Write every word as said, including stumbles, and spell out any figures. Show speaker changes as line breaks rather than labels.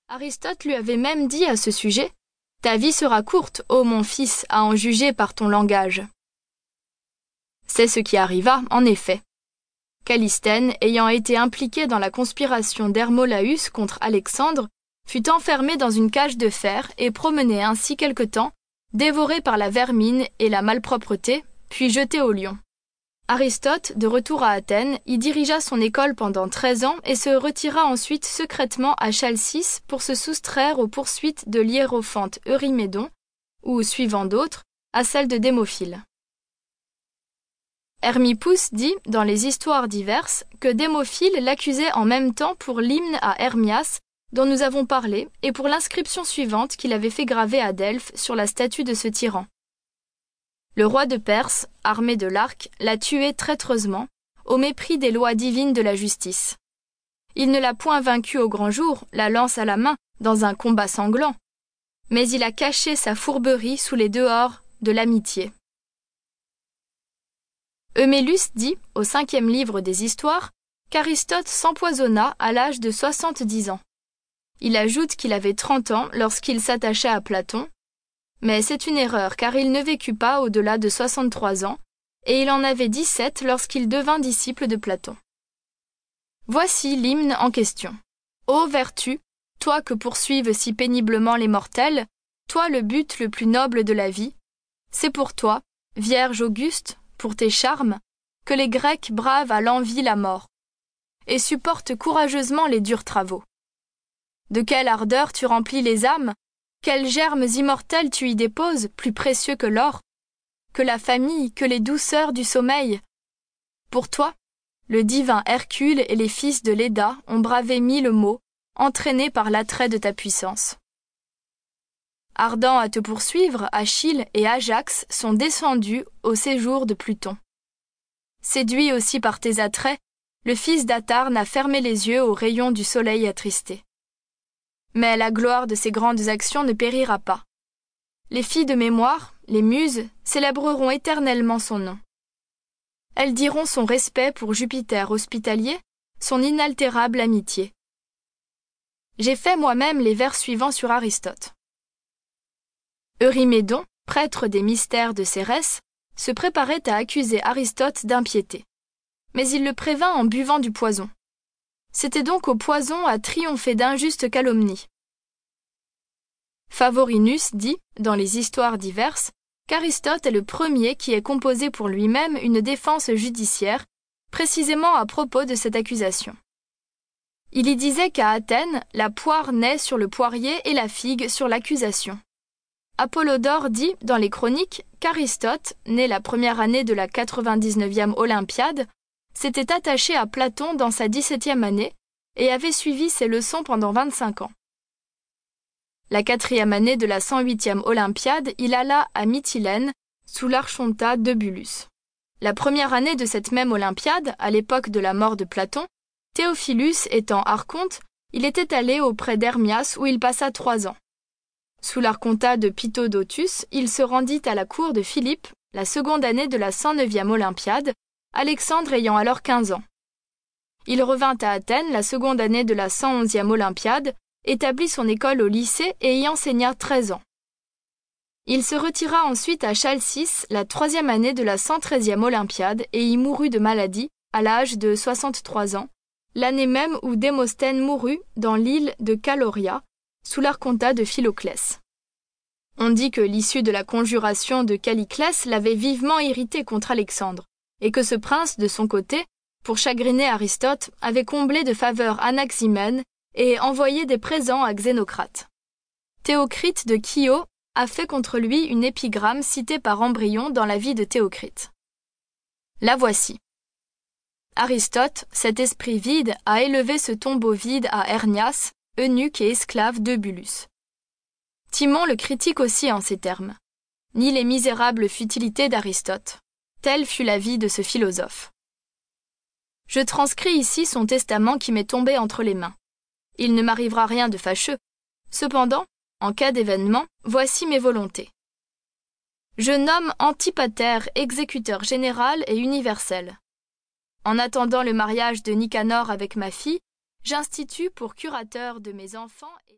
Aristote lui avait même dit à ce sujet « Ta vie sera courte, ô mon fils, à en juger par ton langage. » C'est ce qui arriva, en effet. Callisthène, ayant été impliqué dans la conspiration d'Hermolaüs contre Alexandre, fut enfermé dans une cage de fer et promené ainsi quelque temps, dévoré par la vermine et la malpropreté, puis jeté au lion. Aristote, de retour à Athènes, y dirigea son école pendant treize ans et se retira ensuite secrètement à Chalcis pour se soustraire aux poursuites de l'hiérophante Eurymédon, ou, suivant d'autres, à celles de Démophile. Hermippus dit, dans les histoires diverses, que Démophile l'accusait en même temps pour l'hymne à Hermias, dont nous avons parlé, et pour l'inscription suivante qu'il avait fait graver à Delphes sur la statue de ce tyran. Le roi de Perse, armé de l'arc, l'a tué traîtreusement, au mépris des lois divines de la justice. Il ne l'a point vaincu au grand jour, la lance à la main, dans un combat sanglant, mais il a caché sa fourberie sous les dehors de l'amitié. Eumellus dit, au cinquième livre des Histoires, qu'Aristote s'empoisonna à l'âge de soixante-dix ans. Il ajoute qu'il avait trente ans lorsqu'il s'attacha à Platon, mais c'est une erreur car il ne vécut pas au-delà de soixante-trois ans, et il en avait dix-sept lorsqu'il devint disciple de Platon. Voici l'hymne en question. Ô vertu, toi que poursuivent si péniblement les mortels, toi le but le plus noble de la vie, c'est pour toi, Vierge auguste, pour tes charmes, que les Grecs bravent à l'envi la mort, et supportent courageusement les durs travaux. De quelle ardeur tu remplis les âmes, quels germes immortels tu y déposes, plus précieux que l'or, que la famille, que les douceurs du sommeil. Pour toi, le divin Hercule et les fils de Léda ont bravé mille maux, entraînés par l'attrait de ta puissance. Ardents à te poursuivre, Achille et Ajax sont descendus au séjour de Pluton. Séduit aussi par tes attraits, le fils d'Atharne a fermé les yeux aux rayons du soleil attristé. Mais la gloire de ces grandes actions ne périra pas. Les filles de mémoire, les muses, célébreront éternellement son nom. Elles diront son respect pour Jupiter hospitalier, son inaltérable amitié. J'ai fait moi-même les vers suivants sur Aristote. Eurymédon, prêtre des mystères de Cérès, se préparait à accuser Aristote d'impiété. Mais il le prévint en buvant du poison. C'était donc au poison à triompher d'injustes calomnies. Favorinus dit, dans les histoires diverses, qu'Aristote est le premier qui ait composé pour lui-même une défense judiciaire, précisément à propos de cette accusation. Il y disait qu'à Athènes, la poire naît sur le poirier et la figue sur l'accusation. Apollodore dit, dans les chroniques, qu'Aristote, né la première année de la quatre-vingt-dix-neuvième Olympiade, s'était attaché à Platon dans sa dix-septième année et avait suivi ses leçons pendant vingt-cinq ans. La quatrième année de la cent huitième Olympiade, il alla à Mytilène, sous l'Archonta d'Eubulus. La première année de cette même Olympiade, à l'époque de la mort de Platon, Théophilus étant archonte, il était allé auprès d'Hermias où il passa trois ans. Sous l'Archonta de Pitodotus, il se rendit à la cour de Philippe, la seconde année de la cent neuvième Olympiade, Alexandre ayant alors quinze ans. Il revint à Athènes la seconde année de la cent onzième Olympiade, établit son école au lycée et y enseigna treize ans. Il se retira ensuite à Chalcis la troisième année de la cent treizième Olympiade et y mourut de maladie, à l'âge de soixante-trois ans, l'année même où Démosthène mourut dans l'île de Caloria, sous l'Archonta de Philoclès. On dit que l'issue de la conjuration de Calliclès l'avait vivement irrité contre Alexandre, et que ce prince, de son côté, pour chagriner Aristote, avait comblé de faveurs Anaximène et envoyé des présents à Xénocrate. Théocrite de Chios a fait contre lui une épigramme citée par Ambryon dans la vie de Théocrite. La voici. Aristote, cet esprit vide, a élevé ce tombeau vide à Hernias, eunuque et esclave d'Eubulus. Timon le critique aussi en ces termes. Ni les misérables futilités d'Aristote. Telle fut la vie de ce philosophe. Je transcris ici son testament qui m'est tombé entre les mains. Il ne m'arrivera rien de fâcheux. Cependant, en cas d'événement, voici mes volontés. Je nomme Antipater exécuteur général et universel. En attendant le mariage de Nicanor avec ma fille, j'institue pour curateur de mes enfants et